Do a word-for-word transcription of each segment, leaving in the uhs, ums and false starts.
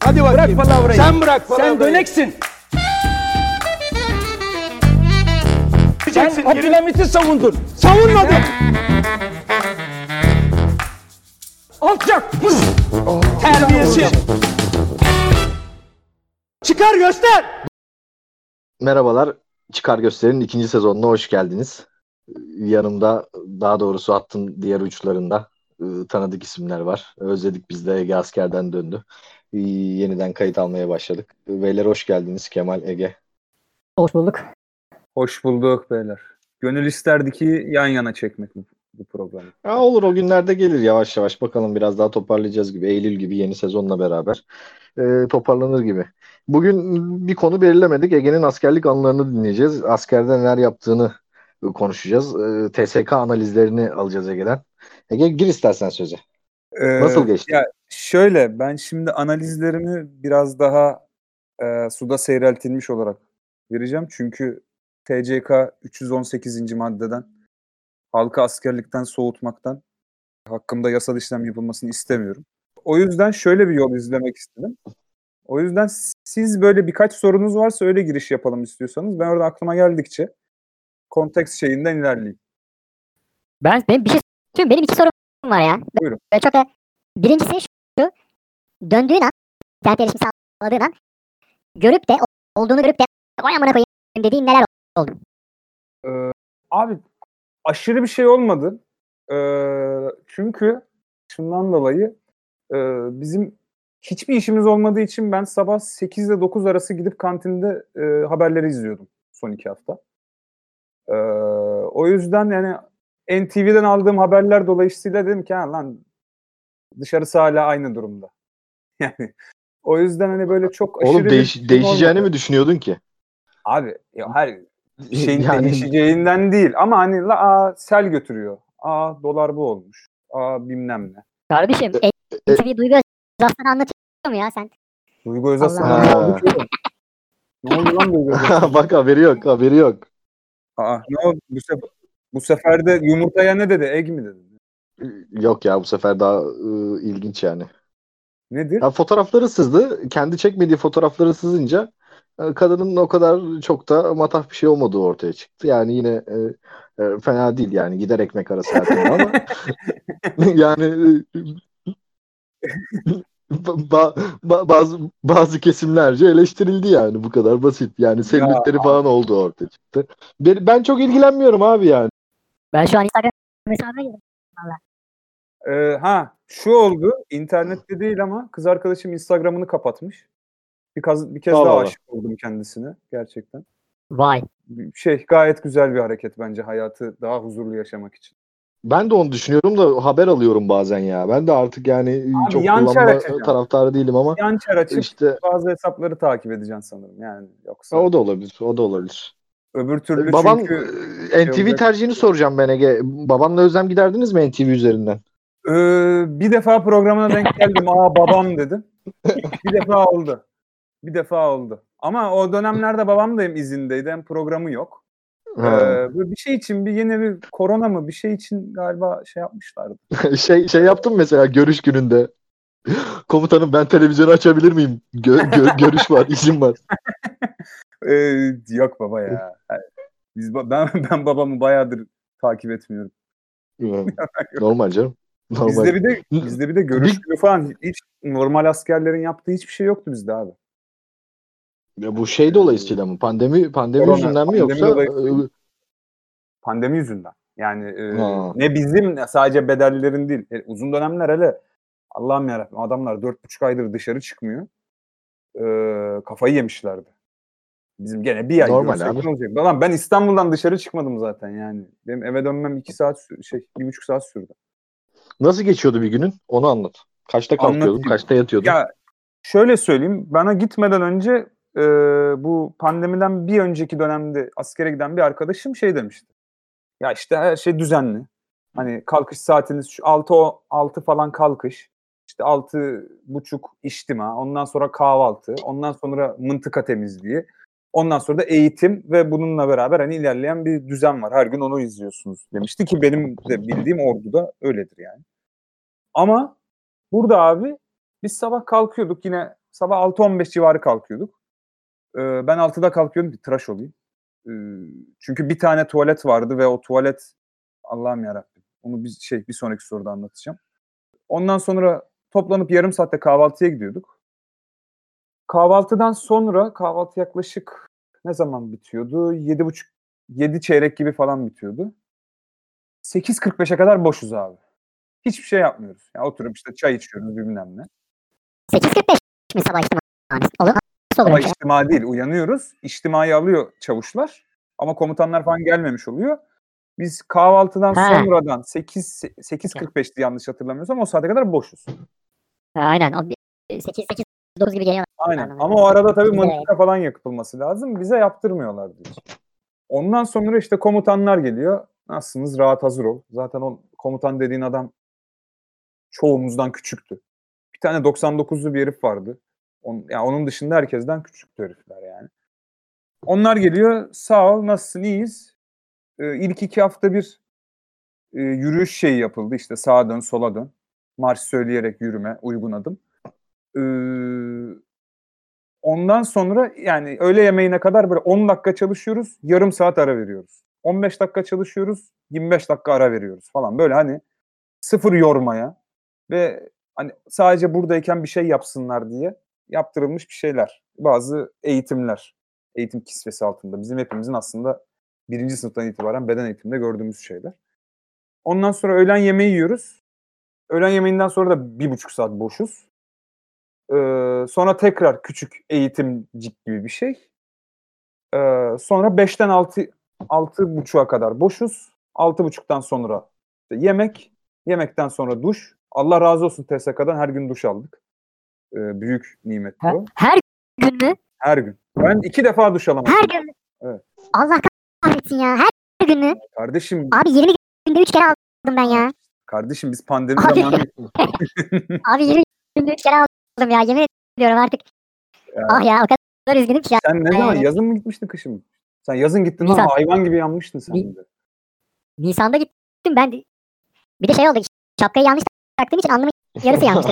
Hadi bakayım. Bırak palavrayı. Sen bırak Sen palavrayı. döneksin. Sen Abdülhamit'i savundun. Savunmadım. Alçak. Terbiyesiz. Çıkar göster. Merhabalar, Çıkar Göster'in ikinci sezonuna hoş geldiniz. Yanımda, daha doğrusu hattın diğer uçlarında e, tanıdık isimler var. Özledik, biz de Ege askerden döndü. E, yeniden kayıt almaya başladık. Beyler hoş geldiniz, Kemal, Ege. Hoş bulduk. Hoş bulduk beyler. Gönül isterdi ki yan yana çekmek bu, bu programı. Ha, olur, o günlerde gelir yavaş yavaş. Bakalım, biraz daha toparlayacağız gibi. Eylül gibi yeni sezonla beraber e, toparlanır gibi. Bugün bir konu belirlemedik. Ege'nin askerlik anılarını dinleyeceğiz. Askerde neler yaptığını e, konuşacağız. E, T S K analizlerini alacağız Ege'den. Ege, gir istersen söze. Ee, Nasıl geçti? Ya şöyle, ben şimdi analizlerimi biraz daha e, suda seyreltilmiş olarak vereceğim. Çünkü T C K üç yüz on sekizinci maddeden halkı askerlikten soğutmaktan hakkımda yasal işlem yapılmasını istemiyorum. O yüzden şöyle bir yol izlemek istedim. O yüzden siz böyle birkaç sorunuz varsa öyle giriş yapalım istiyorsanız. Ben orada aklıma geldikçe konteks şeyinden ilerleyeyim. Ben benim bir şey söyleyeyim. Benim iki sorum var ya. Buyurun. Böyle çok da birincisi şu. Döndüğün an, internet erişimi sağladığın an görüp de olduğunu görüp de vay amına koyayım dediğin neler oldu? Ee, abi aşırı bir şey olmadı. Ee, çünkü şundan dolayı e, bizim hiçbir işimiz olmadığı için ben sabah sekiz ile dokuz arası gidip kantinde e, haberleri izliyordum son iki hafta. Ee, o yüzden yani N T V'den aldığım haberler dolayısıyla dedim ki ha, lan dışarısı hala aynı durumda. Yani o yüzden hani böyle çok aşırı Oğlum, değiş- bir değişeceğini olmadı. mi düşünüyordun ki? Abi ya her şeyin Yani- değişeceğinden değil ama hani la aa, sel götürüyor. Aa dolar bu olmuş. Aa bilmem ne. Kardeşim e- N T V Duygu Özaslan'ı anlatıyor mu ya sen? Duygu Özaslan Allah ne Allah. oldu ki oğlum? Ne oldu lan Duygu Özaslan? Bak, haberi yok, haberi yok. Aa ne oldu bu sefer? Bu sefer de yumurtaya ne dedi? Egg mi dedi? Yok ya, bu sefer daha ıı, ilginç yani. Nedir? Ya, fotoğrafları sızdı. Kendi çekmediği fotoğrafları sızınca e, kadının o kadar çok da matah bir şey olmadığı ortaya çıktı. Yani yine e, e, fena değil yani, gider ekmek arası hayatında ama yani e, ba- ba- bazı bazı kesimlerce eleştirildi, yani bu kadar basit. Yani selülitleri falan oldu ortaya çıktı. Ben, ben çok ilgilenmiyorum abi yani. Ben şu an Instagram hesabına girdim. Ee, ha şu oldu. İnternette değil ama kız arkadaşım Instagram'ını kapatmış. Bir kez, bir kez Allah daha Allah. aşık oldum kendisine gerçekten. Vay. Şey gayet güzel bir hareket bence hayatı daha huzurlu yaşamak için. Ben de onu düşünüyorum da haber alıyorum bazen ya. Ben de artık yani Abi çok yan çar kullanma açacağım. taraftarı değilim ama Yan çar açıp işte bazı hesapları takip edeceksin sanırım yani yoksa o da olabilir. O da olabilir. öbür türlü Baban çünkü e, N T V olacak. tercihini soracağım ben Ege. Babanla özlem giderdiniz mi N T V üzerinden? Ee, bir defa programına denk geldim. Aa babam dedim. Bir defa oldu. Bir defa oldu. Ama o dönemlerde babam da hem izindeydi hem programı yok. Ee, Ha. böyle bir şey için bir yeni bir korona mı bir şey için galiba şey yapmışlardı. şey şey yaptım mesela görüş gününde. Komutanım, ben televizyonu açabilir miyim? Gö- gö- görüş var, izin var. Ee, yok baba ya. Biz ba- ben ben babamı bayağıdır takip etmiyorum. Normal canım. Normal. Bizde bir de bizde bir de görüş günü falan hiç normal askerlerin yaptığı hiçbir şey yoktu bizde abi. Ya bu şey dolayısıyla mı? Pandemi pandemi Korona, yüzünden mi pandemi yoksa dolayısıyla. Pandemi yüzünden. Yani e, Ha. ne bizim ne sadece bedellilerin değil. E, uzun dönemler hele Allah'ım yarabbim adamlar dört buçuk aydır dışarı çıkmıyor. E, kafayı yemişlerdi. Bizim gene bir ay Normal görsek abi. ne olacak? Lan ben İstanbul'dan dışarı çıkmadım zaten yani. Benim eve dönmem iki saat sü- şey bir buçuk saat sürdü. Nasıl geçiyordu bir günün? Onu anlat. Kaçta kalkıyordun? Anlatayım. Kaçta yatıyordun? Ya şöyle söyleyeyim. Bana gitmeden önce e, bu pandemiden bir önceki dönemde askere giden bir arkadaşım şey demişti. Ya işte her şey düzenli. Hani kalkış saatiniz şu altı altı falan kalkış. İşte altı buçuk içtima. Ondan sonra kahvaltı. Ondan sonra mıntıka temizliği. Ondan sonra da eğitim ve bununla beraber hani ilerleyen bir düzen var. Her gün onu izliyorsunuz demişti ki benim de bildiğim orduda öyledir yani. Ama burada abi biz sabah kalkıyorduk yine sabah altı on beş civarı kalkıyorduk. Ee, ben altıda kalkıyordum ki tıraş olayım. Ee, çünkü bir tane tuvalet vardı ve o tuvalet Allah'ım yarabbim. Onu bir şey bir sonraki soruda anlatacağım. Ondan sonra toplanıp yarım saatte kahvaltıya gidiyorduk. Kahvaltıdan sonra kahvaltı yaklaşık ne zaman bitiyordu? Yedi buçuk, yedi çeyrek gibi falan bitiyordu. sekiz kırk beşe kadar boşuz abi. Hiçbir şey yapmıyoruz. Yani oturup işte çay içiyoruz bilmem ne. sekiz kırk beş mi sabah ihtimali? Olur. Nasıl olur? Ama öyle şey? içtima değil, uyanıyoruz. İçtimayı alıyor çavuşlar. Ama komutanlar falan gelmemiş oluyor. Biz kahvaltıdan Ha. sonradan sekiz sekiz kırk beşti yanlış hatırlamıyorsam o saate kadar boşuz. Ha, aynen. O bir- sekiz sekiz dokuz gibi geliyor. Aynen. Anladım. Ama o arada tabii Bize de- mıntıka falan yapılması lazım. Bize yaptırmıyorlardı hiç. Ondan sonra işte komutanlar geliyor. Nasılsınız? Rahat hazır ol. Zaten o komutan dediğin adam çoğumuzdan küçüktü. Bir tane doksan dokuzlu bir herif vardı. On, yani onun dışında herkesten küçüktü herifler yani. Onlar geliyor. Sağ ol. Nasılsın? İyiyiz. Ee, ilk iki hafta bir e, yürüyüş şeyi yapıldı. İşte sağa dön, sola dön. Marş söyleyerek yürüme. Uygun adım. Ee, ondan sonra yani öğle yemeğine kadar böyle on dakika çalışıyoruz. Yarım saat ara veriyoruz. on beş dakika çalışıyoruz. yirmi beş dakika ara veriyoruz falan. Böyle hani sıfır yormaya ve hani sadece buradayken bir şey yapsınlar diye yaptırılmış bir şeyler. Bazı eğitimler. Eğitim kisvesi altında. Bizim hepimizin aslında birinci sınıftan itibaren beden eğitiminde gördüğümüz şeyler. Ondan sonra öğlen yemeği yiyoruz. Öğlen yemeğinden sonra da bir buçuk saat boşuz. Ee, sonra tekrar küçük eğitimcik gibi bir şey. Ee, sonra beşten altı, altı buçuğa kadar boşuz. Altı buçuktan sonra işte yemek. Yemekten sonra duş. Allah razı olsun T S K'dan her gün duş aldık. Ee, büyük nimet Ha- bu. Her gün mü? Her gün. Ben iki defa duş alamadım. Her gün mü? Evet. Allah kahretsin ya. Her gün mü? Kardeşim, Abi yirmi günde üç kere aldım ben ya. kardeşim biz pandemi Abi. zamanı Abi yirmi günde üç kere aldım ya. Yemin ediyorum artık. Ya. Ah ya o kadar üzgünüm ki ya. Sen ne zaman? Yani. Yazın mı gitmiştin, kışın mı? Sen yazın gittin lan, Nisan. hayvan gibi yanmıştın sen Ni- de. Nisan'da gittim ben. Bir de şey oldu. Şapkayı yanlış taktığım için alnımın yarısı yanmıştı.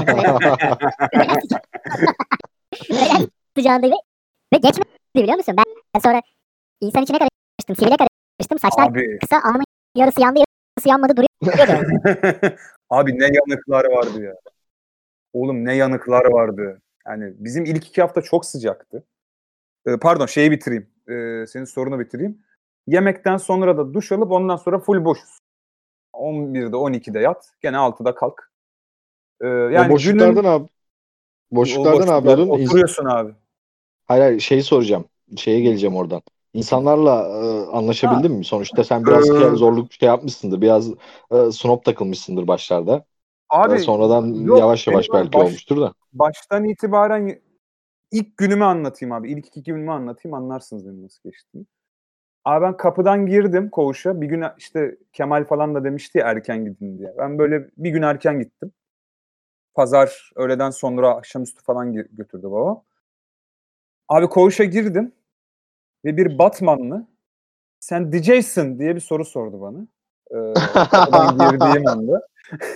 Öyle sıcağındaydı. Ve geçmedi biliyor musun? Ben, ben sonra insan içine karıştım. Sivile karıştım. Saçlar Abi. kısa. Alnımın yarısı yandı. Yarısı yanmadı. Duruyor. Abi ne yanıklar vardı ya. Oğlum ne yanıklar vardı. Yani bizim ilk iki hafta çok sıcaktı. Ee, pardon şeyi bitireyim. Ee, senin sorunu bitireyim. Yemekten sonra da duş alıp ondan sonra full boşuz. on birde on ikide yat. Gene altıda kalk. Ee, yani o boşluklardan günün, abi. o Boşluklardan boşluklar- abi yapıyordun. İns- Oturuyorsun abi. Hayır, hayır şeyi soracağım. Şeye geleceğim oradan. İnsanlarla e, anlaşabildin mi? Sonuçta sen biraz Ee, ke- zorluk şey yapmışsındır. Biraz e, snob takılmışsındır başlarda. Abi E, sonradan yok, yavaş yavaş benim belki baş- olmuştur da. Baştan itibaren ilk günümü anlatayım abi. İlk iki günümü anlatayım, anlarsınız benim nasıl geçtiğini. Abi ben kapıdan girdim koğuşa. Bir gün işte Kemal falan da demişti ya erken gidin diye. Ben böyle bir gün erken gittim. Pazar öğleden sonra akşamüstü falan gö- götürdü babam. Abi koğuşa girdim ve bir Batmanlı sen D J'sin diye bir soru sordu bana. Ee, kapıdan girdiğim anda.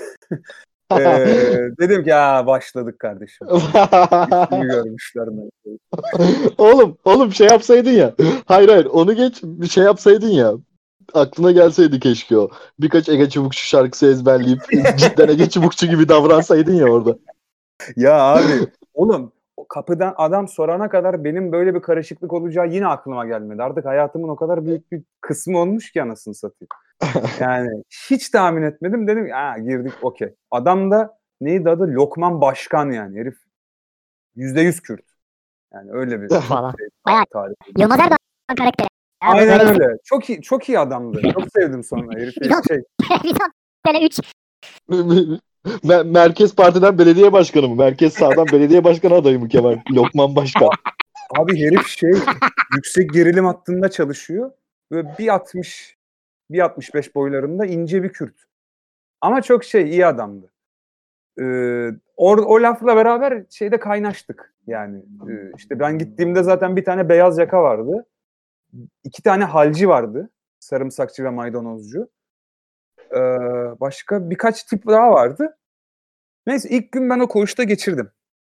Ee, dedim ki ya başladık kardeşim. İşimi görmüşler. Oğlum, oğlum şey yapsaydın ya. Hayır hayır onu geç bir şey yapsaydın ya. Aklına gelseydi keşke o. Birkaç Ege Çubukçu şarkısı ezberleyip cidden Ege Çubukçu gibi davransaydın ya orada. Ya abi oğlum o kapıdan adam sorana kadar benim böyle bir karışıklık olacağı yine aklıma gelmedi. Artık hayatımın o kadar büyük bir kısmı olmuş ki anasını satayım. Yani hiç tahmin etmedim. Dedim ha girdik okey. Adam da neydi adı? Lokman Başkan yani. Herif yüzde yüz Kürt. Yani öyle bir Valla. şey, Bayağı tarif. Yılmaz Erdoğan karakteri. Ya, bu Aynen böyle öyle. Çok iyi çok iyi adamdı. Çok sevdim sonra herifi şey. Televizyon sene üç. Me- Merkez Parti'den belediye başkanı mı? Merkez sağdan belediye başkanı adayı mı Kemal? Lokman Başkan. Abi herif şey yüksek gerilim hattında çalışıyor. Böyle bir altmış bir altmış beş boylarında ince bir Kürt. Ama çok şey iyi adamdı. Ee, o, o lafla beraber şeyde kaynaştık. Yani e, işte ben gittiğimde zaten bir tane beyaz yaka vardı. İki tane halci vardı. Sarımsakçı ve maydanozcu. Ee, başka birkaç tip daha vardı. Neyse ilk gün ben o koğuşta geçirdim.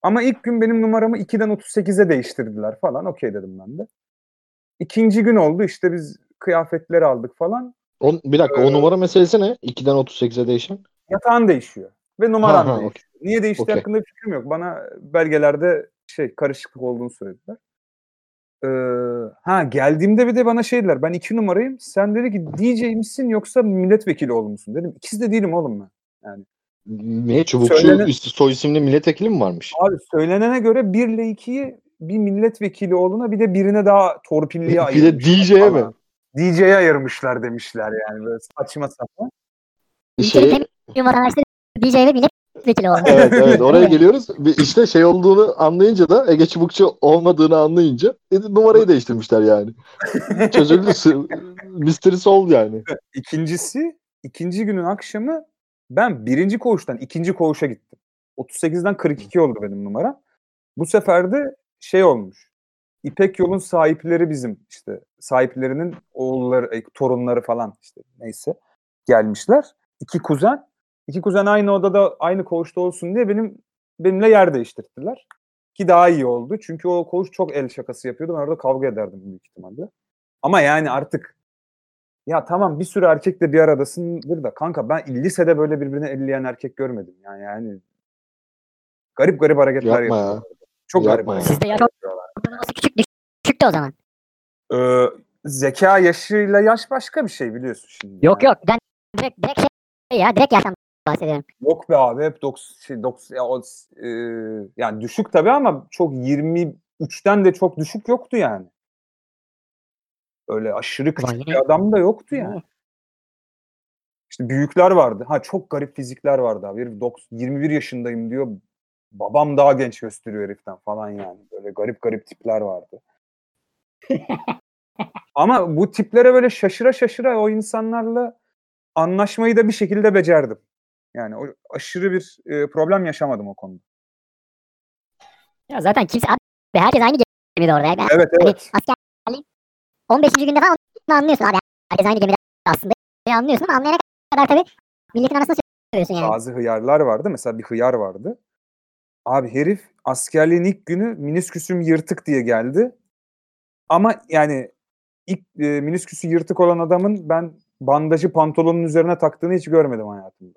Ama ilk gün benim numaramı ikiden otuz sekize değiştirdiler falan. Okey dedim ben de. İkinci gün oldu işte biz kıyafetleri aldık falan. O, bir dakika Ee, o numara meselesi ne? ikiden otuz sekize değişen. Yatağın değişiyor. Ve numaran Ha, ha, değişiyor. Niye değiştiği Okey. hakkında bir fikrim yok. Bana belgelerde şey karışıklık olduğunu söylediler. Ee, ha geldiğimde bir de bana şey dediler. Ben iki numarayım. Sen dedi ki D J misin yoksa milletvekili oğlu musun? Dedim ikisi de değilim oğlum ben. Yani Ne? Çubukçu Söylenen- üstü soy isimli milletvekili mi varmış? abi söylenene göre bir ile ikiyi bir milletvekili oğluna bir de birine daha torpilliye Bir de ayırmışlar. D J'ye mi? falan. D J'ye ayırmışlar demişler yani böyle saçma sapan. Ülkenin Şey, tüm vatandaşları D J ve milletvekili olmuş. evet evet oraya geliyoruz. Bir işte şey olduğunu anlayınca da Ege Çubukçu olmadığını anlayınca dedi, numarayı değiştirmişler yani. Çözüldü. sı- Mystery solved yani. İkincisi, ikinci günün akşamı ben birinci koğuştan ikinci koğuşa gittim. otuz sekizden kırk iki oldu benim numaram. Bu sefer de şey olmuş. İpek Yol'un sahipleri bizim işte sahiplerinin oğulları, e, torunları falan işte neyse gelmişler. İki kuzen. İki kuzen aynı odada aynı koğuşta olsun diye benim benimle yer değiştirdiler. Ki daha iyi oldu. Çünkü o koğuş çok el şakası yapıyordu. Ben orada kavga ederdim büyük ihtimalle. Ama yani artık ya tamam bir sürü erkekle bir aradasındır da kanka ben lisede böyle birbirine elleyen erkek görmedim. Yani yani garip garip hareketler Yapma ya. yapıyorlar. Çok Yapma garip ya. hareketler Sizde ya çok yapıyorlar. küçük düşüktü o zaman. Ee, zeka yaşıyla yaş başka bir şey biliyorsun şimdi. Yok yani. yok ben direkt, direkt şey ya direkt yaştan bahsediyorum. Yok be abi hep doksan şey, doksan ya, o, e, yani düşük tabii ama çok yirmi üçten de çok düşük yoktu yani. Öyle aşırı küçük yine- bir adam da yoktu yani. İşte büyükler vardı. Ha çok garip fizikler vardı abi. Herif doksan yirmi bir yaşındayım diyor. Babam daha genç gösteriyor heriften falan yani. Böyle garip garip tipler vardı. Ama bu tiplere böyle şaşıra şaşıra o insanlarla anlaşmayı da bir şekilde becerdim. Yani o aşırı bir e, problem yaşamadım o konuda. Ya zaten kimse abi herkes aynı gemide orada. Ya. Ben, Evet hani evet. askerliğin on beşinci günde falan onu anlıyorsun abi. Herkes aynı gemide aslında. Ya anlıyorsun ama anlayana kadar tabii milletin arasında söylüyorsun yani. Bazı hıyarlar vardı. Mesela bir hıyar vardı. Abi herif askerliğin ilk günü minisküsüm yırtık diye geldi. Ama yani ilk e, minisküsü yırtık olan adamın ben bandajı pantolonun üzerine taktığını hiç görmedim hayatımda.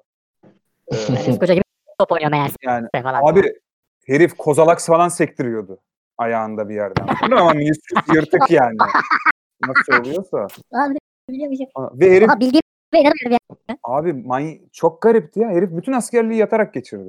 Ee, Koskoca gibi top oynuyor meğerse yani falan. abi herif kozalaks falan sektiriyordu ayağında bir yerden. Ama minisküs yırtık yani. Nasıl oluyorsa. Abi biliyormuşum. Ve herif Ama bildiğime inanamıyorum ya. abi many- çok garipti ya. Herif bütün askerliği yatarak geçirdi.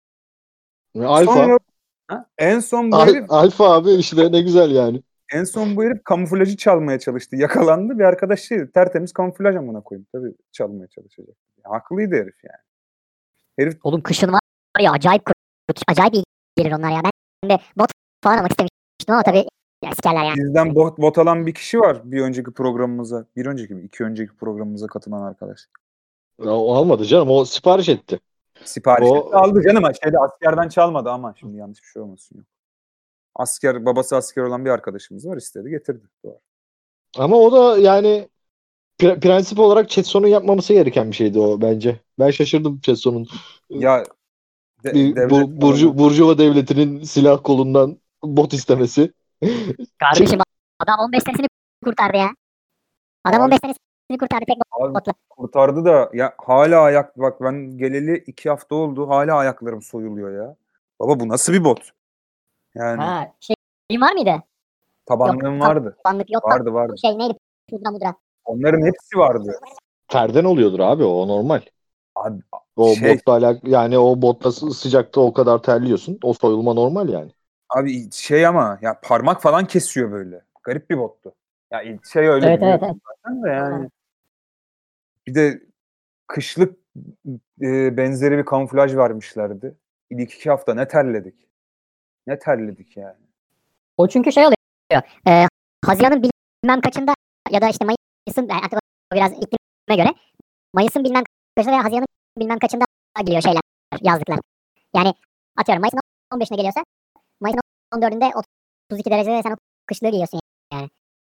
Alfa. Sonra ha, en son bu Al- herif Alfa abi işte ne güzel yani. en son bu herif kamuflajı çalmaya çalıştı. Yakalandı. Bir arkadaş şey tertemiz kamuflaj amına koyayım. Tabii çalmaya çalışacak. Ya, haklıydı herif yani. Herif Oğlum kışın var ya acayip kurt, acayip iyi gelir onlar ya. Ben de bot falan almak istemiştim ama tabii ya sikerler yani. bizden bot, bot alan bir kişi var bir önceki programımıza. Bir önceki mi? İki önceki programımıza katılan arkadaş. Ya, o almadı canım. O sipariş etti. Sipariş O- etti, aldı canım. Şeyde askerden çalmadı ama şimdi yanlış bir şey olmasın. Yok. Asker, babası asker olan bir arkadaşımız var. İstedi getirdi. Doğru. Ama o da yani pre- prensip olarak Chetson'un yapmaması gereken bir şeydi o bence. Ben şaşırdım Chetson'un Ya de, bir devlet bu, Burcu, Burjuva devletinin silah kolundan bot istemesi. Kardeşim adam on beş senesini kurtardı ya. Adam Abi- on beş senesini kurtardı tek Abi, botla. kurtardı da ya hala ayak bak ben geleli iki hafta oldu hala ayaklarım soyuluyor ya. Baba bu nasıl bir bot? Yani Ha şey var mıydı? tabanlığım Yok, vardı. Banlık yok. Vardı vardı. Şey neydi? Pudra mudra. Onların hepsi vardı. Terden oluyordur abi o normal. Abi, O Şey- botla alak yani o botla sı- sıcakta o kadar terliyorsun. O soyulma normal yani. abi şey ama ya parmak falan kesiyor böyle. Garip bir bottu. Ya şey öyle Evet, evet, biliyorsun zaten de yani. Bir de kışlık e, benzeri bir kamuflaj vermişlerdi. İlk iki hafta ne terledik. Ne terledik yani. O çünkü şey oluyor. E, Haziran'ın bilmem kaçında ya da işte Mayıs'ın yani artık o biraz iklime göre Mayıs'ın bilmem kaçında veya Haziran'ın bilmem kaçında geliyor şeyler, yazlıklar. Yani atıyorum Mayıs'ın on beşine geliyorsa Mayıs'ın on dördünde otuz iki derecede sen o kışlığı giyiyorsun yani.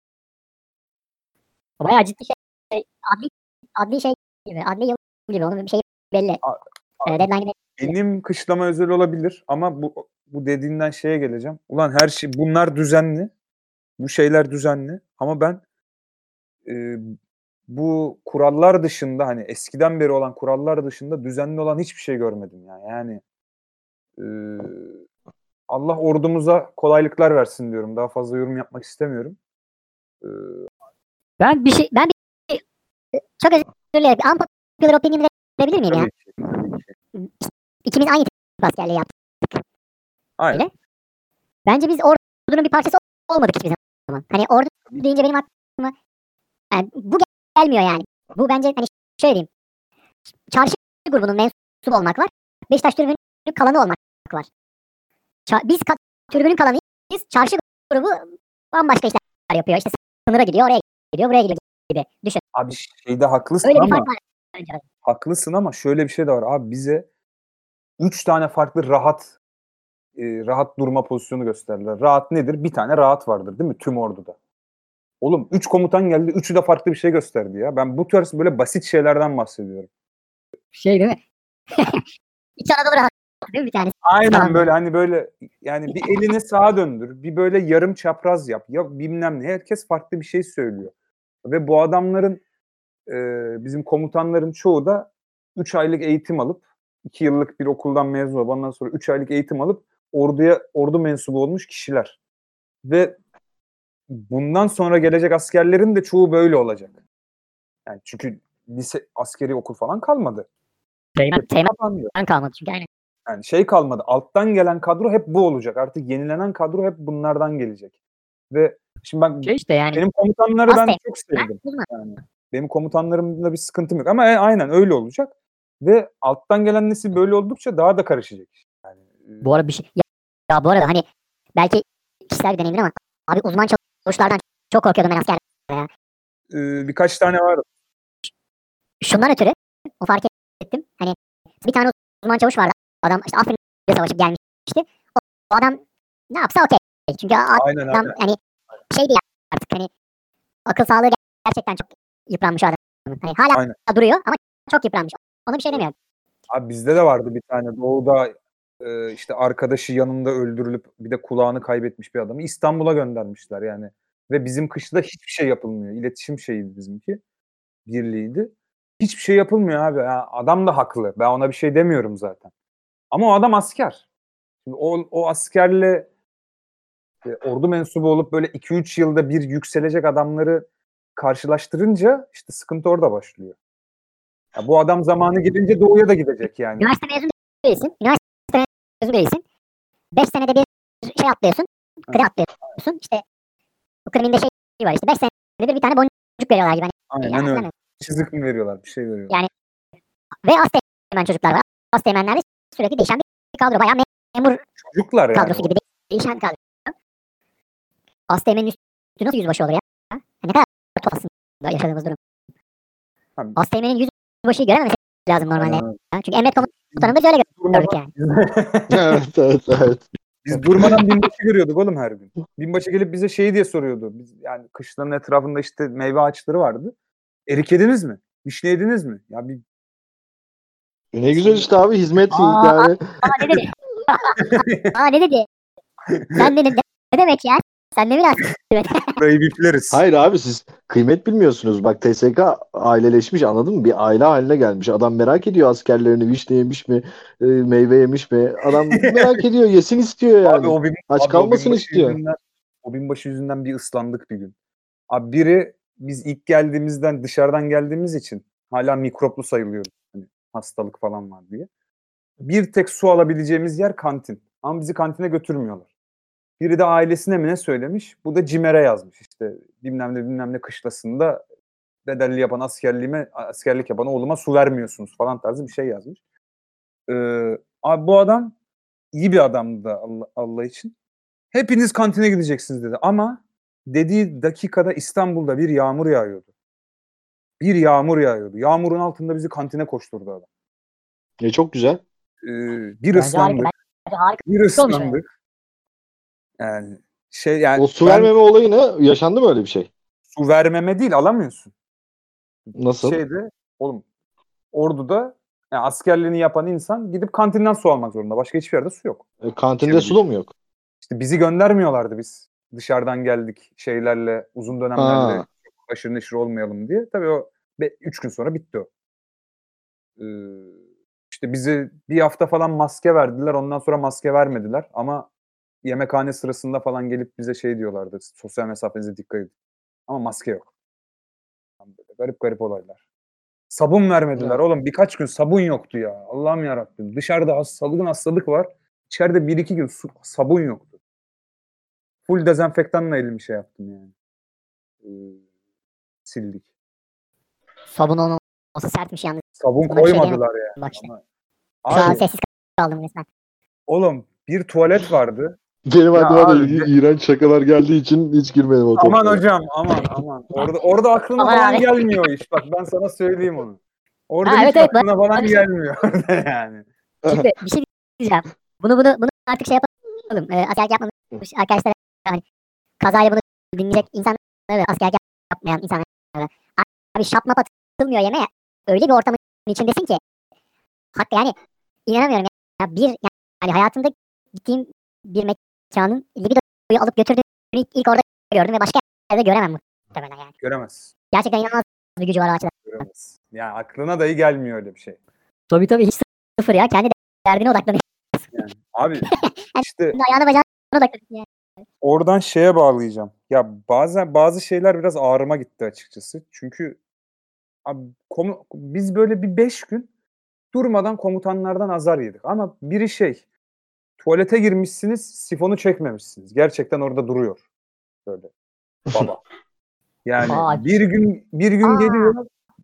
O bayağı ciddi şey. Adli, adli şey gibi. Adli yıl gibi. Onun bir şeyi belli. A- E, deadline'ı benim kışlama özel olabilir ama bu bu dediğinden şeye geleceğim. Ulan her şey bunlar düzenli. Bu şeyler düzenli ama ben e, bu kurallar dışında hani eskiden beri olan kurallar dışında düzenli olan hiçbir şey görmedim yani. Yani e, Allah ordumuza kolaylıklar versin diyorum. Daha fazla yorum yapmak istemiyorum. E, Ben bir şey ben bir çok özür dilerim. Unpopular opinion verebilir miyim ya? tabii ki, tabii ki. İkimiz aynı tip askerliği yaptık. Aynen. Öyle. Bence biz ordunun bir parçası olmadık hiçbir zaman. Hani ordu deyince benim aklıma yani bu gelmiyor yani. Bu bence hani şöyle diyeyim. Çarşı grubunun mensubu olmak var. Beşiktaş tribünün kalanı olmak var. Ça- biz ka- tribünün kalanıyız. Çarşı grubu bambaşka işler yapıyor. İşte sınıra gidiyor, oraya gidiyor, buraya gidiyor gibi. Düşün. Abi şeyde haklısın Öyle bir ama fark var. Bence. haklısın ama şöyle bir şey de var. Abi bize üç tane farklı rahat e, rahat durma pozisyonu gösterdiler. Rahat nedir? Bir tane rahat vardır değil mi tüm orduda? Oğlum üç komutan geldi. Üçü de farklı bir şey gösterdi ya. Ben bu tarz böyle basit şeylerden bahsediyorum. Şey değil mi? İç Anadolu rahat değil mi bir tanesi? Aynen Tamam. böyle hani böyle yani bir elini sağa döndür. Bir böyle yarım çapraz yap. Ya bilmem ne. Herkes farklı bir şey söylüyor. Ve bu adamların e, bizim komutanların çoğu da üç aylık eğitim alıp iki yıllık bir okuldan mezun olup ondan sonra üç aylık eğitim alıp orduya ordu mensubu olmuş kişiler. Ve bundan sonra gelecek askerlerin de çoğu böyle olacak. Yani çünkü lise askeri okul falan kalmadı. Teğmen, teğmen Kapandı. kalmadı çünkü aynen. Yani şey kalmadı. Alttan gelen kadro hep bu olacak. Artık yenilenen kadro hep bunlardan gelecek. Ve şimdi ben Şey işte yani. benim komutanları ben Aslında- çok sevdim. Uzman. Yani benim komutanlarımda bir sıkıntım yok. Ama e, aynen öyle olacak. Ve alttan gelen nesil böyle oldukça daha da karışacak. Yani, e, Bu arada bir şey ya, ya bu arada hani belki kişisel bir deneyimdir ama abi uzman çavuşlardan çok korkuyordum ben asker. e, birkaç tane var. Şundan ötürü o fark ettim. Hani bir tane uzman çavuş vardı. Adam işte Afrin'de savaşıp gelmişti. O, o adam ne yapsa okey. Çünkü adam Aynen aynen. hani şey değil artık hani akıl sağlığı gerçekten çok yıpranmış o adamın. Hani hala Aynen. duruyor ama çok yıpranmış. Ona bir şey demiyorum. Abi bizde de vardı bir tane doğuda e, işte arkadaşı yanında öldürülüp bir de kulağını kaybetmiş bir adamı İstanbul'a göndermişler yani. Ve bizim kışta hiçbir şey yapılmıyor. İletişim şeyiydi bizimki. Birliğiydi. Hiçbir şey yapılmıyor abi. Ya adam da haklı. Ben ona bir şey demiyorum zaten. Ama o adam asker. Şimdi o, o askerle e, ordu mensubu olup böyle iki üç yılda bir yükselecek adamları karşılaştırınca işte sıkıntı orada başlıyor. Ya bu adam zamanı gidince doğuya da gidecek yani. Üniversite mezunu değilsin. Üniversite mezunu değilsin. Beş senede bir şey atlıyorsun. Kredi atlıyorsun. İşte bu kredinin de şey var işte. Beş senede bir bir tane boncuk veriyorlar gibi. Hani, Aynen yani, öyle. yani, Çizik mi veriyorlar? Bir şey veriyorlar. Yani ve Asteğmen çocuklar var. Asteğmenlerle sürekli değişen bir kadro. Bayağı memur Çocuklar yani. kadrosu gibi değişen bir kadro. Asteğmen'in üstü nasıl yüzbaşı olur ya? Ha? Ne kadar tuhaf aslında yaşadığımız durum. Tabii. Asteğmen'in yüzbaşıyı görememesi lazım normalde. Aynen. Ha? Çünkü emret komutanını biz öyle gördük yani. Evet, evet, evet. Biz durmadan binbaşı görüyorduk oğlum her gün. Binbaşı gelip bize şey diye soruyordu. Biz yani kışlanın etrafında işte meyve ağaçları vardı. Erik yediniz mi? Vişne yediniz mi? Ya bir Ne güzel işte abi hizmet Aa, yani. Aa ne dedi? Aa ne dedi? Sen dedin ne, ne demek ya? Sen ne biraz? burayı bipleriz. Hayır abi siz kıymet bilmiyorsunuz. Bak T S K aileleşmiş anladın mı? Bir aile haline gelmiş. Adam merak ediyor askerlerini vişne yemiş mi, e, meyve yemiş mi? Adam merak ediyor, yesin istiyor yani. Abi o bin, Aç abi o kalmasın binbaşı istiyor. Yüzünden, o binbaşı yüzünden bir ıslandık bir gün. Abi biri biz ilk geldiğimizden dışarıdan geldiğimiz için hala mikroplu sayılıyoruz. Hani hastalık falan var diye. Bir tek su alabileceğimiz yer kantin. Ama bizi kantine götürmüyorlar. Biri de ailesine mi ne söylemiş? Bu da CİMER'e yazmış. İşte bilmem ne bilmem ne kışlasında bedelli yapan askerliğime, askerlik yapan oğluma su vermiyorsunuz falan tarzı bir şey yazmış. Ee, abi bu adam iyi bir adamdı da Allah, Allah için. Hepiniz kantine gideceksiniz dedi. Ama dediği dakikada İstanbul'da bir yağmur yağıyordu. Bir yağmur yağıyordu. Yağmurun altında bizi kantine koşturdu adam. E, çok güzel. Ee, bir Bence ıslandık. harika, bence harika. Bir olmuş ıslandık. Yani şey yani O su ben vermeme olayı ne? Yaşandı mı öyle bir şey? su vermeme değil alamıyorsun. Nasıl? Şeyde oğlum Ordu'da Yani askerliğini yapan insan gidip kantinden su almak zorunda. Başka hiçbir yerde su yok. E, kantinde Şimdi- su da mı yok? İşte bizi göndermiyorlardı biz. Dışarıdan geldik şeylerle, uzun dönemlerle Ha. aşırı neşir olmayalım diye. Tabii o üç gün sonra bitti o. Ee, işte bize bir hafta falan maske verdiler. Ondan sonra maske vermediler. Ama yemekhane sırasında falan gelip bize şey diyorlardı. Sosyal mesafenize dikkat edin. Ama maske yok. Böyle garip garip olaylar. Sabun vermediler Evet. oğlum. Birkaç gün sabun yoktu ya. Allah'ım yarabbim. Dışarıda has, salgın hastalık var. İçeride bir iki gün su, sabun yoktu. Full dezenfektanla elimi şey yaptım yani. Ee, sildik. Sabun olması sertmiş yalnız. Sabun Buna bir şey koymadılar ya. Bak işte. Ama Şu an abi, sessiz kaldım resmen. oğlum bir tuvalet vardı. Benim Ya aklıma da abi, i- iğrenç şakalar geldiği için hiç girmedim o Aman topluluğa. hocam aman aman. Orada orada aklına Aman falan abi. gelmiyor o iş. Bak ben sana söyleyeyim onu. Orada Ha, hiç evet, evet, aklına falan ben- gelmiyor orada yani. Şimdi bir şey diyeceğim. Bunu bunu bunu artık şey yapalım. Ee, askerlik yapmamış arkadaşlar hani kazayla bunu dinleyecek insanlar, askerlik yapmayan insanlar. Abi şapmap atılmıyor yemeğe. Öyle bir ortamın içindesin ki. Hatta yani inanamıyorum ya. Ya bir yani hayatımda gittiğim bir mekanın libidoyu alıp götürdüğünü ilk, ilk orada gördüm ve başka yerde göremem muhtemelen yani. Göremez. Gerçekten inanılmaz bir gücü var o açıdan. Göremez. Yani aklına dahi gelmiyor öyle bir şey. Tabii tabii hiç sıfır ya. Kendi derdine odaklanıyor. Yani. Abi işte Ayağına bacağına odaklanıyor yani. oradan şeye bağlayacağım. Ya bazen bazı şeyler biraz ağrıma gitti açıkçası. Çünkü abi, komu- biz böyle bir beş gün durmadan komutanlardan azar yedik. Ama biri şey, tuvalete girmişsiniz, sifonu çekmemişsiniz. Gerçekten orada duruyor. Böyle baba. Yani Aa. bir gün bir gün Aa. geliyor.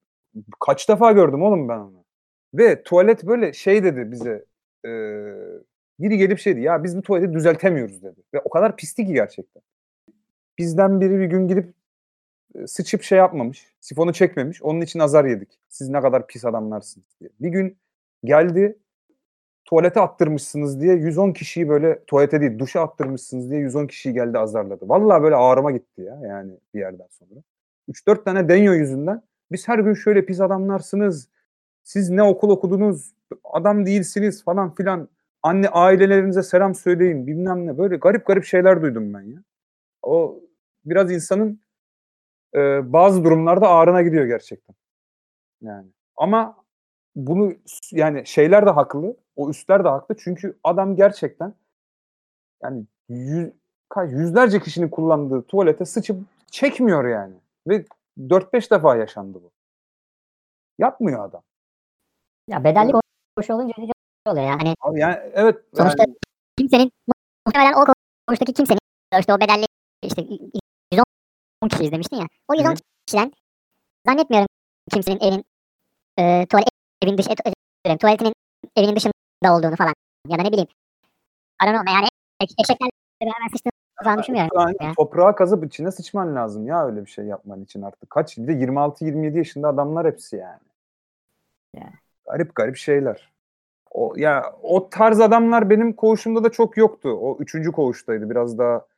Kaç defa gördüm oğlum ben onu. Ve tuvalet böyle şey dedi bize. E, biri gelip şey dedi. Ya biz bu tuvaleti düzeltemiyoruz dedi. Ve o kadar pisti ki gerçekten. Bizden biri bir gün gidip e, sıçıp şey yapmamış. Sifonu çekmemiş. Onun için azar yedik. Siz ne kadar pis adamlarsınız diye. Bir gün geldi tuvalete attırmışsınız diye yüz on kişiyi böyle tuvalete değil duşa attırmışsınız diye yüz on kişiyi geldi azarladı. Vallahi böyle ağrıma gitti ya yani bir yerden sonra. üç dört tane deniyor yüzünden. Biz her gün şöyle pis adamlarsınız. Siz ne okul okudunuz? Adam değilsiniz falan filan. Anne ailelerinize selam söyleyin bilmem ne. Böyle garip garip şeyler duydum ben ya. O biraz insanın e, bazı durumlarda ağrına gidiyor gerçekten. Yani. Ama bunu yani şeyler de haklı. O üstler de haklı. Çünkü adam gerçekten yani yüz, kaç, yüzlerce kişinin kullandığı tuvalete sıçıp çekmiyor yani. Ve dört beş defa yaşandı bu. Yapmıyor adam. Ya bedelli koğuş olunca üzücü oluyor ya. Hani Abi yani evet. sonuçta Yani, kimsenin muhtemelen o koğuştaki kimsenin işte o bedelli işte yüz on kişi izlemiştin ya. O yüz on Hı. kişiden zannetmiyorum kimsenin evin e, tuvalet evin dışı e, tuvaletinin evinin dışında olduğunu falan. Ya da ne bileyim. I don't know yani eşeklerle beraber sıçtığını falan düşünmüyorum. yani ya. toprağa kazıp içine sıçman lazım ya öyle bir şey yapman için artık. Kaç? Bir de yirmi altı yirmi yedi yaşında adamlar hepsi yani. Ya. Garip garip şeyler. O ya o tarz adamlar benim koğuşumda da çok yoktu. O üçüncü koğuştaydı. Biraz daha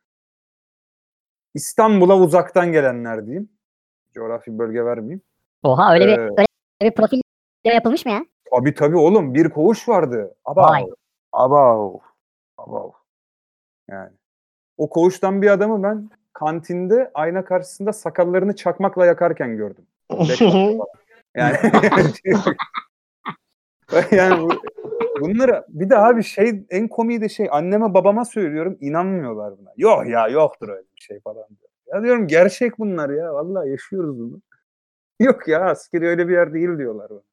İstanbul'a uzaktan gelenler diyeyim. Coğrafi bölge vermeyeyim. Oha öyle bir Ee, öyle bir profil yapılmış mı ya? Tabii tabii oğlum bir koğuş vardı. Abav. Vay. Abav. Abav. Yani. O koğuştan bir adamı ben kantinde ayna karşısında sakallarını çakmakla yakarken gördüm. Beş dakika falan. Yani yani bu, bunları bir de abi şey en komiği de şey anneme babama söylüyorum inanmıyorlar buna. Yok ya yoktur öyle bir şey falan diyor. Ya diyorum gerçek bunlar ya vallahi yaşıyoruz bunu. Yok ya askeri öyle bir yer değil diyorlar bana.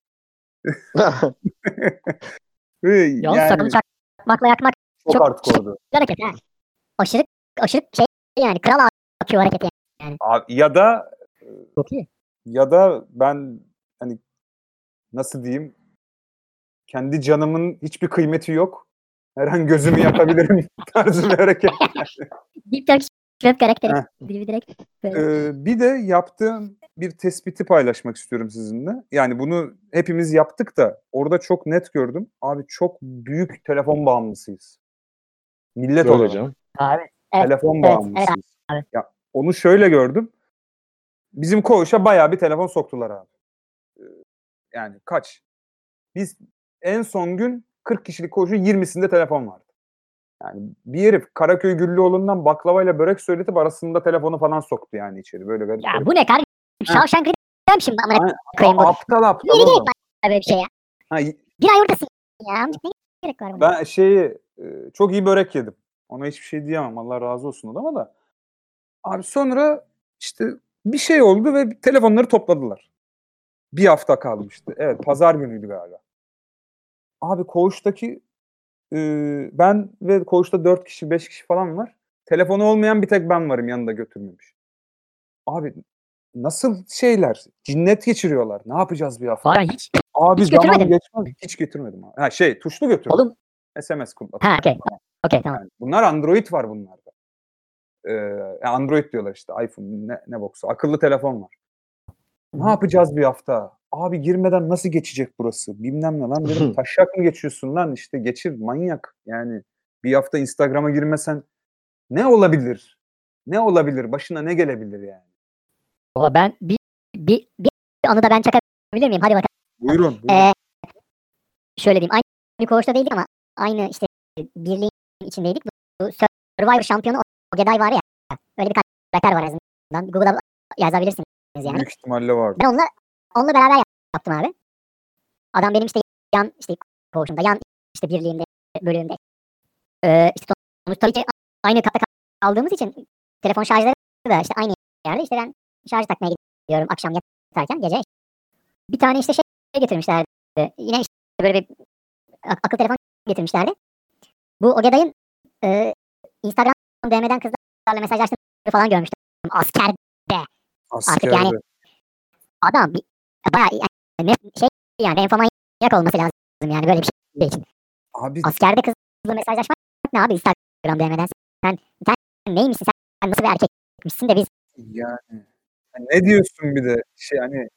Ve Yalnız yani sakalı çakmakla yakmak çok çok hardcore'du. bir hareket ha. Aşırı aşırı şey yani kral akıyor hareketi yani. Abi, ya da Çok iyi. ya da ben hani nasıl diyeyim kendi canımın hiçbir kıymeti yok. Her an gözümü yakabilirim tarzı bir hareket. Deep Turkish Web karakteri Heh. gibi direkt. böyle. Ee, bir de yaptığım bir tespiti paylaşmak istiyorum sizinle. Yani bunu hepimiz yaptık da orada çok net gördüm. Abi çok büyük telefon bağımlısıyız. Millet Öyle olarak. canım. Abi. Evet. Telefon evet, bağımlısıyız. evet abi. Ya onu şöyle gördüm. Bizim koğuşa bayağı bir telefon soktular abi. Ee, Yani kaç? Biz en son gün kırk kişilik koğuşun yirmisinde telefon vardı. Yani bir herif Karaköy Güllüoğlu'ndan baklavayla börek söyletip arasında telefonu falan soktu yani içeri. Böyle garip. Ya garip. bu ne kardeşim? Shawshank Redemption şimdi amına koyayım bu. Aptal aptal. Niye gerek oğlum. var böyle bir şey ya? Ha, Bir ay oradasın ya. Amcık ne gerek var buna? ben şeyi e, çok iyi börek yedim. Ona hiçbir şey diyemem. Allah razı olsun adama da. Abi sonra işte bir şey oldu ve telefonları topladılar. Bir hafta kalmıştı. Evet, pazar günüydü galiba. Abi koğuştaki e, ben ve koğuşta dört kişi beş kişi falan var. Telefonu olmayan bir tek ben varım, yanında götürmemiş. Abi nasıl şeyler? Cinnet geçiriyorlar. Ne yapacağız bir hafta? Var ya hiç. Abi hiç zaman götürmedin mi? geçmez. Hiç götürmedim abi. Ha şey tuşlu götürdüm. Oğlum. S M S kullandım. Ha okey. Okey tamam. Yani bunlar Android var bunlarda. Ee, yani Android diyorlar işte, iPhone ne, ne boksa. Akıllı telefon var. Ne yapacağız bir hafta? Abi girmeden nasıl geçecek burası? Bilmem ne lan dedim. Taşak mı geçiyorsun lan? İşte geçir manyak. Yani bir hafta Instagram'a girmesen ne olabilir? Ne olabilir? Başına ne gelebilir yani? Valla ben bir, bir, bir anı da ben çakabilir miyim? Hadi bakalım. Buyurun. buyurun. Ee, şöyle diyeyim. Aynı koğuşta değildik ama aynı işte birliğin içindeydik. Bu Survivor şampiyonu Ogeday var ya. Öyle bir karakter var en azından. Google'a yazabilirsiniz yani. Büyük ihtimalle vardı. Ben onunla onunla beraber yaptım abi. Adam benim işte yan işte koğuşumda, yan işte birliğimde, bölüğümde. Ee, işte sonuçta hiç aynı katta kaldığımız için telefon şarjları da işte aynı yerde. İşte ben şarj takmaya gidiyorum akşam yatarken gece. Bir tane işte şey getirmişlerdi. Yine işte böyle bir ak- akıllı telefon getirmişlerdi. Bu Ogeday'ın e, Instagram D M'den kızlarla mesajlaştığını falan görmüştüm. Askerde. Artık yani adam bir, bayağı yani, şey yani enfomanyak olması lazım yani böyle bir şey için. Abi Askerde kızla mesajlaşmak ne abi Instagram D M'den? Sen, sen neymişsin? Sen nasıl bir erkekmişsin de biz yani ne diyorsun bir de şey hani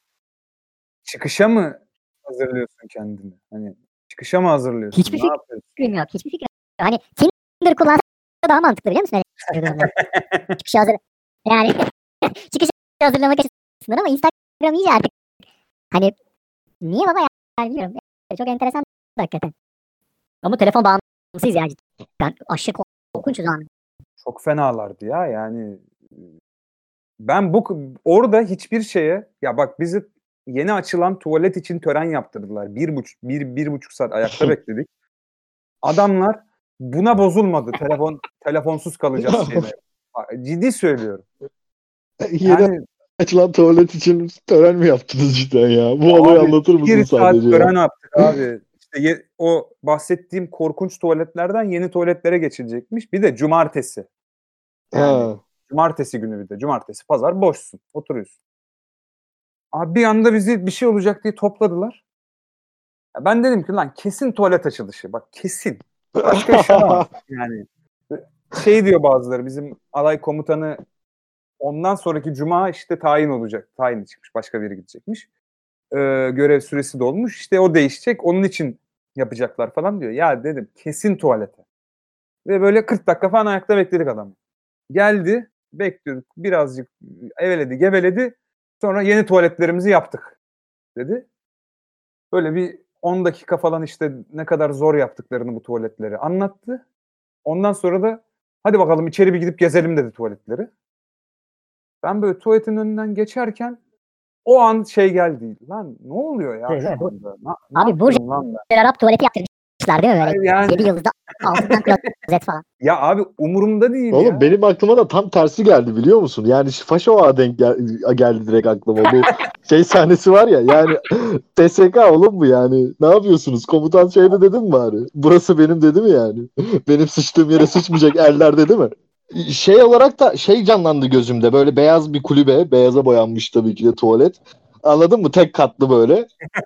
çıkışa mı hazırlıyorsun kendini? Hani çıkışa mı hazırlıyorsun? Hiçbir ne fikrim yapıyorsun? fikrim yok. Hiçbir fikrim yok. Hani Tinder kullansa daha mantıklı biliyor musun? Öyle çıkışı hazır. Yani çıkışı hazırlamak açısından ama Instagram iyice artık. Hani niye baba ya? Yani bilmiyorum. Yani çok enteresan hakikaten. Ama telefon bağımlısıyız yani. Ben aşırı korkunç o zaman. Çok fenalardı ya yani. Ben bu orada hiçbir şeye ya bak bizi yeni açılan tuvalet için tören yaptırdılar. Bir buçuk, bir, bir buçuk saat ayakta bekledik. Adamlar buna bozulmadı. Telefon telefonsuz kalacağız şeyler. Ciddi söylüyorum. Yeni Yani açılan tuvalet için tören mi yaptınız cidden ya? Bu olayı abi, anlatır mısın bir saat sadece? tören yaptık abi. İşte ye- o bahsettiğim korkunç tuvaletlerden yeni tuvaletlere geçilecekmiş. Bir de cumartesi. Yani Ha. cumartesi günü bir de. Cumartesi, pazar boşsun. Oturuyorsun. Abi bir anda bizi bir şey olacak diye topladılar. Ya ben dedim ki lan kesin tuvalet açılışı. Bak kesin. Başka yaşamam. Yani şey diyor bazıları, bizim alay komutanı ondan sonraki cuma işte tayin olacak. Tayin çıkmış. Başka bir yere gidecekmiş. Ee, görev süresi dolmuş. İşte o değişecek. Onun için yapacaklar falan diyor. Ya dedim kesin tuvalete. Ve böyle kırk dakika falan ayakta bekledik adamı. Geldi. Bekliyorduk. Birazcık eveledi geveledi. Sonra yeni tuvaletlerimizi yaptık dedi. Böyle bir on dakika falan işte ne kadar zor yaptıklarını bu tuvaletleri anlattı. Ondan sonra da hadi bakalım içeri bir gidip gezelim dedi tuvaletleri. Ben böyle tuvaletin önünden geçerken o an şey geldi. Lan ne oluyor ya Evet, şu evet, bu- anda? Na, ne Abi bu yapıyorum lan ben? Arap tuvaleti yaptırmışlar değil mi böyle? Yani yedi yıldızda altından klozet falan. ya abi umurumda değil Oğlum ya. benim aklıma da tam tersi geldi biliyor musun? Yani Faşov'a denk gel- geldi direkt aklıma. Bu şey sahnesi var ya yani T S K oğlum bu yani. Ne yapıyorsunuz? Komutan şeyde dedi mi bari? Burası benim dedi mi yani? Benim sıçtığım yere sıçmayacak eller dedi mi? Şey olarak da şey canlandı gözümde. Böyle beyaz bir kulübe. Beyaza boyanmış tabii ki de tuvalet. Anladın mı? Tek katlı böyle.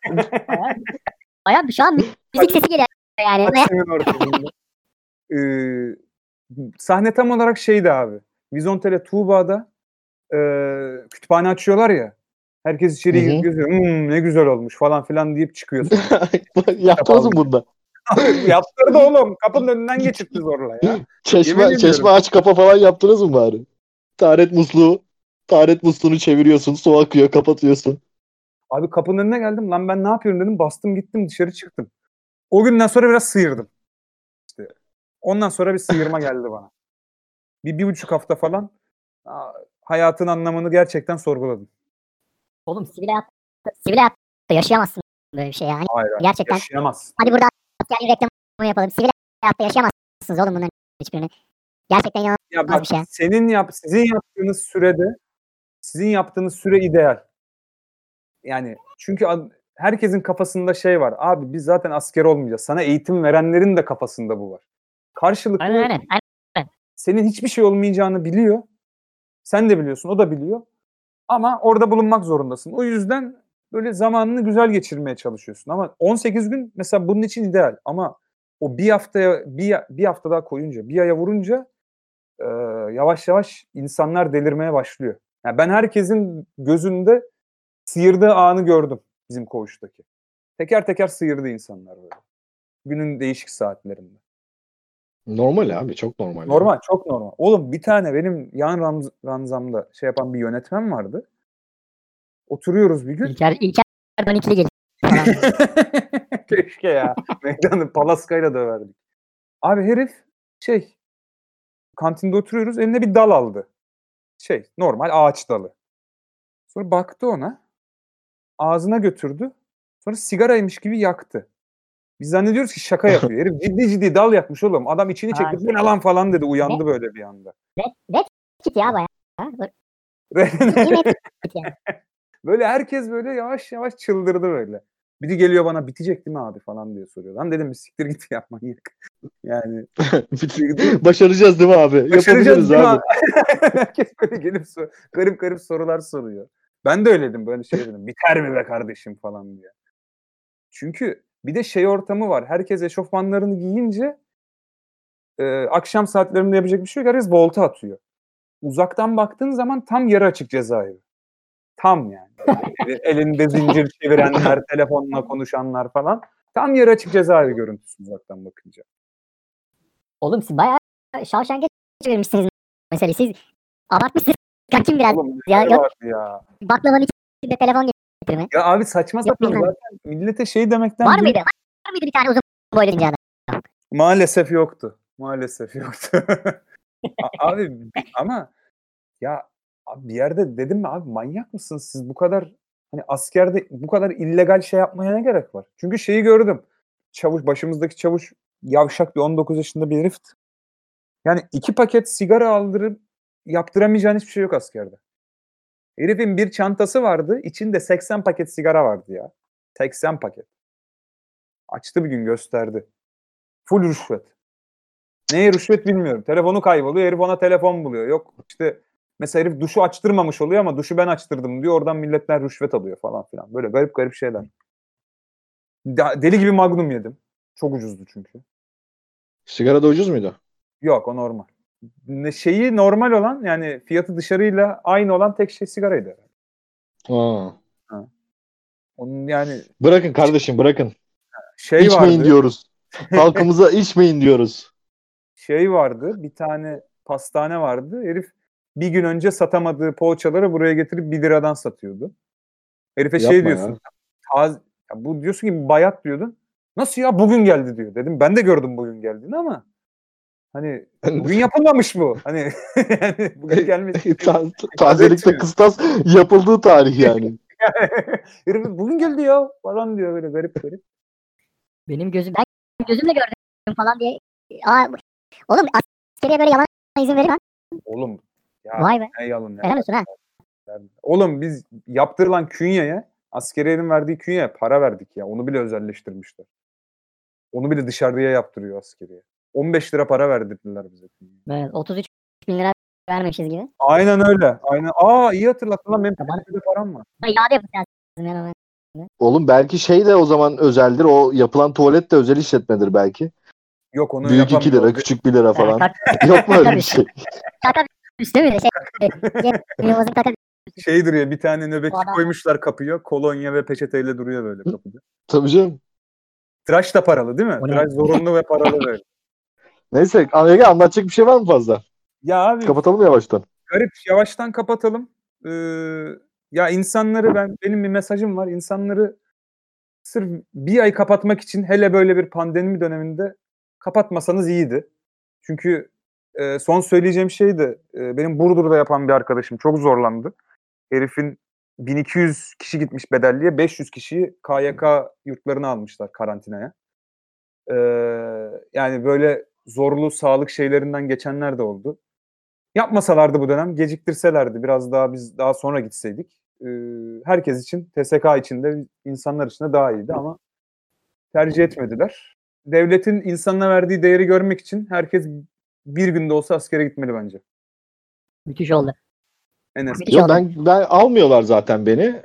Bayağı şu an müzik sesi geliyor yani. Taksim'in ortasında. Ee, sahne tam olarak şeydi abi. Vizontele Tuğba'da e, kütüphane açıyorlar ya. Herkes içeri Hı hı. geziyor. Hmm, ne güzel olmuş falan filan deyip çıkıyor sonra. Yaptınız mı bunda? Yaptırdı oğlum. Kapının önünden geçirtti zorla ya. Yemin Çeşme, ediyorum. çeşme aç kapa falan yaptınız mı bari? Taharet musluğu. Taharet musluğunu çeviriyorsun. Su akıyor kapatıyorsun. Abi kapının önüne geldim. Lan ben ne yapıyorum dedim. Bastım gittim dışarı çıktım. O günden sonra biraz sıyırdım. İşte ondan sonra bir sıyırma geldi bana. Bir, bir buçuk hafta falan hayatın anlamını gerçekten sorguladım. Oğlum sivil hayatta, sivil hayatta yaşayamazsın böyle bir şey yani. Hayır, hayır Gerçekten. yaşayamazsın. Hadi burada askerliği reklamını yapalım. Sivil hayatta yaşayamazsınız oğlum bunların hiçbirini. Gerçekten inanılmaz ya bak, bir şey. Senin yap, sizin yaptığınız sürede sizin yaptığınız süre ideal. Yani çünkü herkesin kafasında şey var. Abi biz zaten asker olmayacağız. Sana eğitim verenlerin de kafasında bu var. Karşılıklı Aynen aynen. aynen. senin hiçbir şey olmayacağını biliyor. Sen de biliyorsun, o da biliyor. Ama orada bulunmak zorundasın. O yüzden böyle zamanını güzel geçirmeye çalışıyorsun. Ama on sekiz gün mesela bunun için ideal. Ama o bir haftaya bir, bir hafta daha koyunca, bir aya vurunca e, yavaş yavaş insanlar delirmeye başlıyor. Yani ben herkesin gözünde sıyırdığı anı gördüm bizim koğuştaki. Teker teker sıyırdı insanlar böyle. Günün değişik saatlerinde. Normal abi, çok normal. Normal, çok normal. Oğlum bir tane benim yan ranz, ranzamda şey yapan bir yönetmen vardı. Oturuyoruz bir gün. İlker, İlker on ikili gelir. Keşke ya. Meydanı palaskayla döverdik. Abi herif şey kantinde oturuyoruz, eline bir dal aldı. Şey normal ağaç dalı. Sonra baktı ona. Ağzına götürdü. Sonra sigaraymış gibi yaktı. Biz zannediyoruz ki şaka yapıyor. Herif ciddi ciddi dal yakmış oğlum. Adam içini çekti. Bu ne lan falan dedi. Uyandı böyle bir anda. Red, red kit ya bayağı. Böyle herkes böyle yavaş yavaş çıldırdı böyle. Biri geliyor bana bitecek değil mi abi falan diye soruyor. Lan dedim bir siktir git ya manyak. Yani. Başaracağız değil mi abi? Başaracağız Yapabiliriz abi. Herkes böyle gelip sor, garip garip sorular soruyor. Ben de öyleydim böyle şey dedim. Biter mi be kardeşim falan diye. Çünkü bir de şey ortamı var. Herkes eşofmanlarını giyince e, akşam saatlerinde yapacak bir şey yok. Herkes volta atıyor. Uzaktan baktığın zaman tam yarı açık cezaevi. Tam yani. Elinde zincir çevirenler, telefonla konuşanlar falan. Tam yarı açık cezaevi görüntüsü uzaktan bakınca. Oğlum siz bayağı Shawshank'e çevirmişsiniz mesela. Siz abartmışsınız. Kaçın biraz. Oğlum, Ya, yok. ya. Baklavanın içinde telefon getirme. Ya abi saçma sapan zaten millete şey demekten... Var mıydı? Var mıydı bir tane uzun boylu ince adam? Maalesef yoktu. Maalesef yoktu. Abi ama ya abi bir yerde dedim mi abi manyak mısınız siz bu kadar hani askerde bu kadar illegal şey yapmaya ne gerek var? Çünkü şeyi gördüm. Çavuş başımızdaki çavuş yavşak bir on dokuz yaşında bir herifti. Yani iki paket sigara aldırıp yaptıramayacağın hiçbir şey yok askerde. Herifin bir çantası vardı. İçinde seksen paket sigara vardı ya. seksen paket. Açtı bir gün gösterdi. Full rüşvet. Neye rüşvet bilmiyorum. Telefonu kayboluyor. Herif ona telefon buluyor. Yok işte mesela herif duşu açtırmamış oluyor ama duşu ben açtırdım diyor. Oradan milletler rüşvet alıyor falan filan. Böyle garip garip şeyler. Deli gibi Magnum yedim. Çok ucuzdu çünkü. Sigara da ucuz muydu? Yok o normal. Şeyi normal olan yani fiyatı dışarıyla aynı olan tek şey sigaraydı. Aa. Ha. Onun yani bırakın kardeşim bırakın. Şey İçmeyin vardı. diyoruz. Halkımıza içmeyin diyoruz. Şey vardı. Bir tane pastane vardı. Herif bir gün önce satamadığı poğaçaları buraya getirip bir liradan satıyordu. Herife Yapma şey diyorsun. Ya. Taz, ya bu diyorsun ki bayat diyordun. Nasıl ya bugün geldi diyor. Dedim ben de gördüm bugün geldiğini ama hani bugün yapılmamış bu. Hani yani bugün gelmiş. Ta- tazelikte kıstas yapıldığı tarih yani. Herif bugün geldi ya falan diyor böyle garip garip. Benim gözüm ben gözümle gördüm falan diye. Aa, oğlum askeriye böyle yalan izin verir lan. Oğlum ya Vay be. ne yalan ya. Helal olsun ha. Oğlum biz yaptırılan künyeye askeriyenin verdiği künyeye para verdik ya. Onu bile özelleştirmişler. Onu bile dışarıya yaptırıyor askeriye. on beş lira para verdirdiler bize. Evet, otuz üç bin lira vermemişiz gibi. Aynen öyle. Aynen. Aa iyi hatırlattın lan benim Tamam. bir de param var. İade yapıp lazım yani. Oğlum belki şey de o zaman özeldir. O yapılan tuvalet de özel işletmedir belki. Yok onu Büyük iki yapamıyor. lira, küçük bir lira falan. Kaka Yok mu öyle bir şey? üstü mü? Şey, Yılmaz'ın kaka Şey duruyor bir tane nöbetçi O adam- koymuşlar kapıya. Kolonya ve peçeteyle duruyor böyle kapıda. Tabii canım. Tıraş da paralı değil mi? O ne? Tıraş zorunlu ve paralı böyle. Neyse Ege anlatacak bir şey var mı fazla? Ya abi Kapatalım yavaştan. garip yavaştan kapatalım. Ee, ya insanları ben benim bir mesajım var. İnsanları sırf bir ay kapatmak için hele böyle bir pandemi döneminde kapatmasanız iyiydi. Çünkü e, son söyleyeceğim şey de e, benim Burdur'da yapan bir arkadaşım çok zorlandı. Herifin bin iki yüz kişi gitmiş bedelliye, beş yüz kişiyi K Y K yurtlarına almışlar karantinaya. Ee, yani böyle zorlu sağlık şeylerinden geçenler de oldu. Yapmasalardı bu dönem, geciktirselerdi, biraz daha biz daha sonra gitseydik. Ee, herkes için, T S K için de, insanlar için de daha iyiydi ama tercih etmediler. Devletin insanına verdiği değeri görmek için herkes bir günde olsa askere gitmeli bence. Müthiş oldu. Enes. Müthiş Yok oldu. ben, ben almıyorlar zaten beni.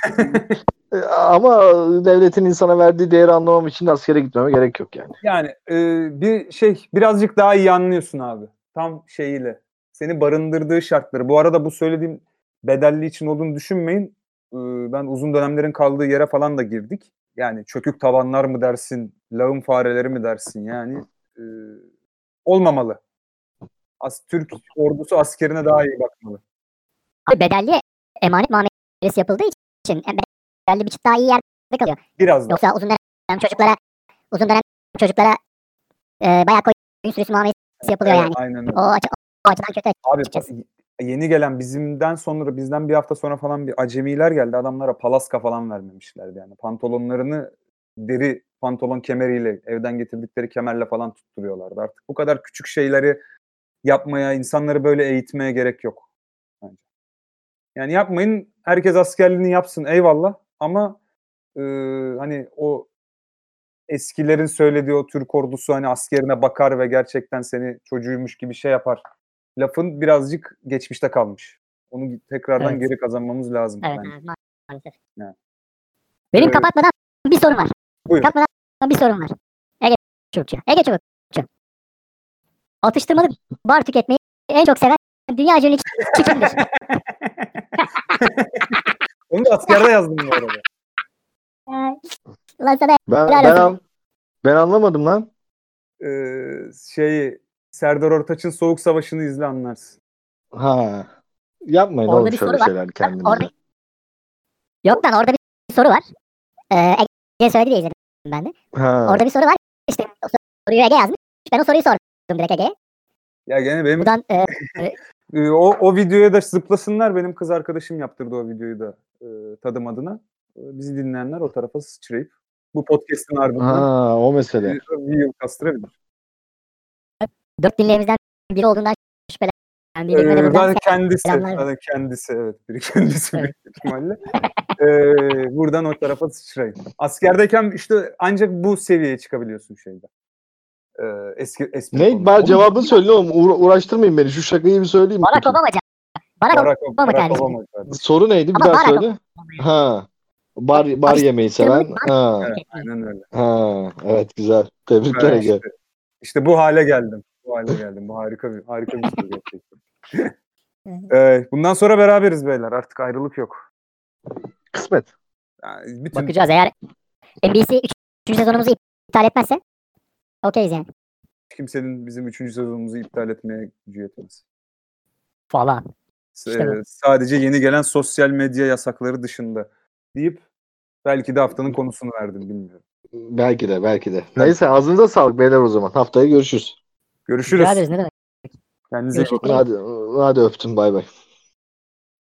Ama devletin insana verdiği değeri anlamam için de askere gitmeme gerek yok yani. Yani e, bir şey birazcık daha iyi anlıyorsun abi. Tam şeyiyle. Seni barındırdığı şartları. Bu arada bu söylediğim bedelli için olduğunu düşünmeyin. E, ben uzun dönemlerin kaldığı yere falan da girdik. Yani çökük tavanlar mı dersin, lağım fareleri mi dersin yani. E, olmamalı. As, Türk ordusu askerine daha iyi bakmalı. Abi bedelli emanet muamelesi yapıldığı için e, bedelli bir çıt daha iyi yerde kalıyor. Biraz da. Yoksa uzun dönem çocuklara uzun dönem çocuklara e, bayağı koyun sürüsü muamelesi yapılıyor Evet, yani. aynen öyle. O, açı, o açıdan kötü Abi açıkçası. yeni gelen bizimden sonra bizden bir hafta sonra falan bir acemiler geldi. Adamlara palaska falan vermemişlerdi yani. Pantolonlarını deri pantolon kemeriyle, evden getirdikleri kemerle falan tutturuyorlardı. Artık bu kadar küçük şeyleri yapmaya, insanları böyle eğitmeye gerek yok bence. Yani yapmayın. Herkes askerliğini yapsın, eyvallah. Ama e, hani o eskilerin söylediği o Türk ordusu hani askerine bakar ve gerçekten seni çocuğuymuş gibi şey yapar lafın birazcık geçmişte kalmış. Onu tekrardan Evet. geri kazanmamız lazım Evet, bence. evet maalesef. Evet. Benim Evet. kapatmadan bir sorum var. Buyurun. Kapatmadan bir sorum var. Ege Çubukçu. Ege Çubukçu. Atıştırmalık bar tüketmeyi en çok seven dünya ünlü kişi kimdir? Onu da askerde yazdım bu arada. Ulan sana Ben, helal ben, olsun. an- ben anlamadım lan. Ee, şeyi Serdar Ortaç'ın Soğuk Savaşı'nı izle anlarsın. Ha. Yapmayın Orada oğlum bir şöyle soru var. şeyler kendinize. Orada... Yok lan orada bir soru var. Ee, Ege söyledi diye izledim ben de. Ha. Orada bir soru var. İşte o soruyu Ege yazmış. Ben o soruyu sordum direkt Ege'ye. Ya gene benim Buradan e, e, o, o videoya da zıplasınlar. Benim kız arkadaşım yaptırdı o videoyu da e, tadım adına. E, bizi dinleyenler o tarafa sıçrayıp bu podcast'ın ardından Ha, o mesele. e, bir yıl kastırabilir. dört dinleyimizden biri olduğundan şüphelen. Yani bir Ee, de buradan zaten kendisi, selamlar. zaten kendisi evet, biri kendisi Evet. büyük ihtimalle. Ee, buradan o tarafa sıçrayın. Askerdeyken işte ancak bu seviyeye çıkabiliyorsun şeyde. Ee, eski espri Ne? konusunda. Ben Oğlum, cevabını söyle oğlum. Uğra- uğraştırmayın beni. Şu şakayı bir söyleyeyim. Barack bakayım. Obama can. Barack Barack, Obama Barack kardeşim. Obama kardeşim. Soru neydi? Bir Ama daha Barack söyle. Ha. Bar, bar yemeyi seven. Bar- Ha. Evet, aynen öyle. Ha. Evet güzel. Tebrikler Evet, Ege. işte, işte bu hale geldim. Bu hale geldim. Bu harika bir harika bir soru gerçekten. Ee, bundan sonra beraberiz beyler. Artık ayrılık yok. Kısmet. Yani bütün Bakacağız eğer N B C üçüncü sezonumuzu iptal etmezse okeyiz yani. kimsenin bizim üçüncü sezonumuzu iptal etmeye gücü yetmez. Falan. S- İşte bu. e, sadece yeni gelen sosyal medya yasakları dışında deyip belki de haftanın konusunu verdim, bilmiyorum. Belki de belki de. Neyse ağzınıza sağlık beyler o zaman. Haftaya görüşürüz. Görüşürüz. Rica ederiz ne demek. Kendinize iyi Görüşürüz. bakın. Hadi, hadi öptüm bay bay.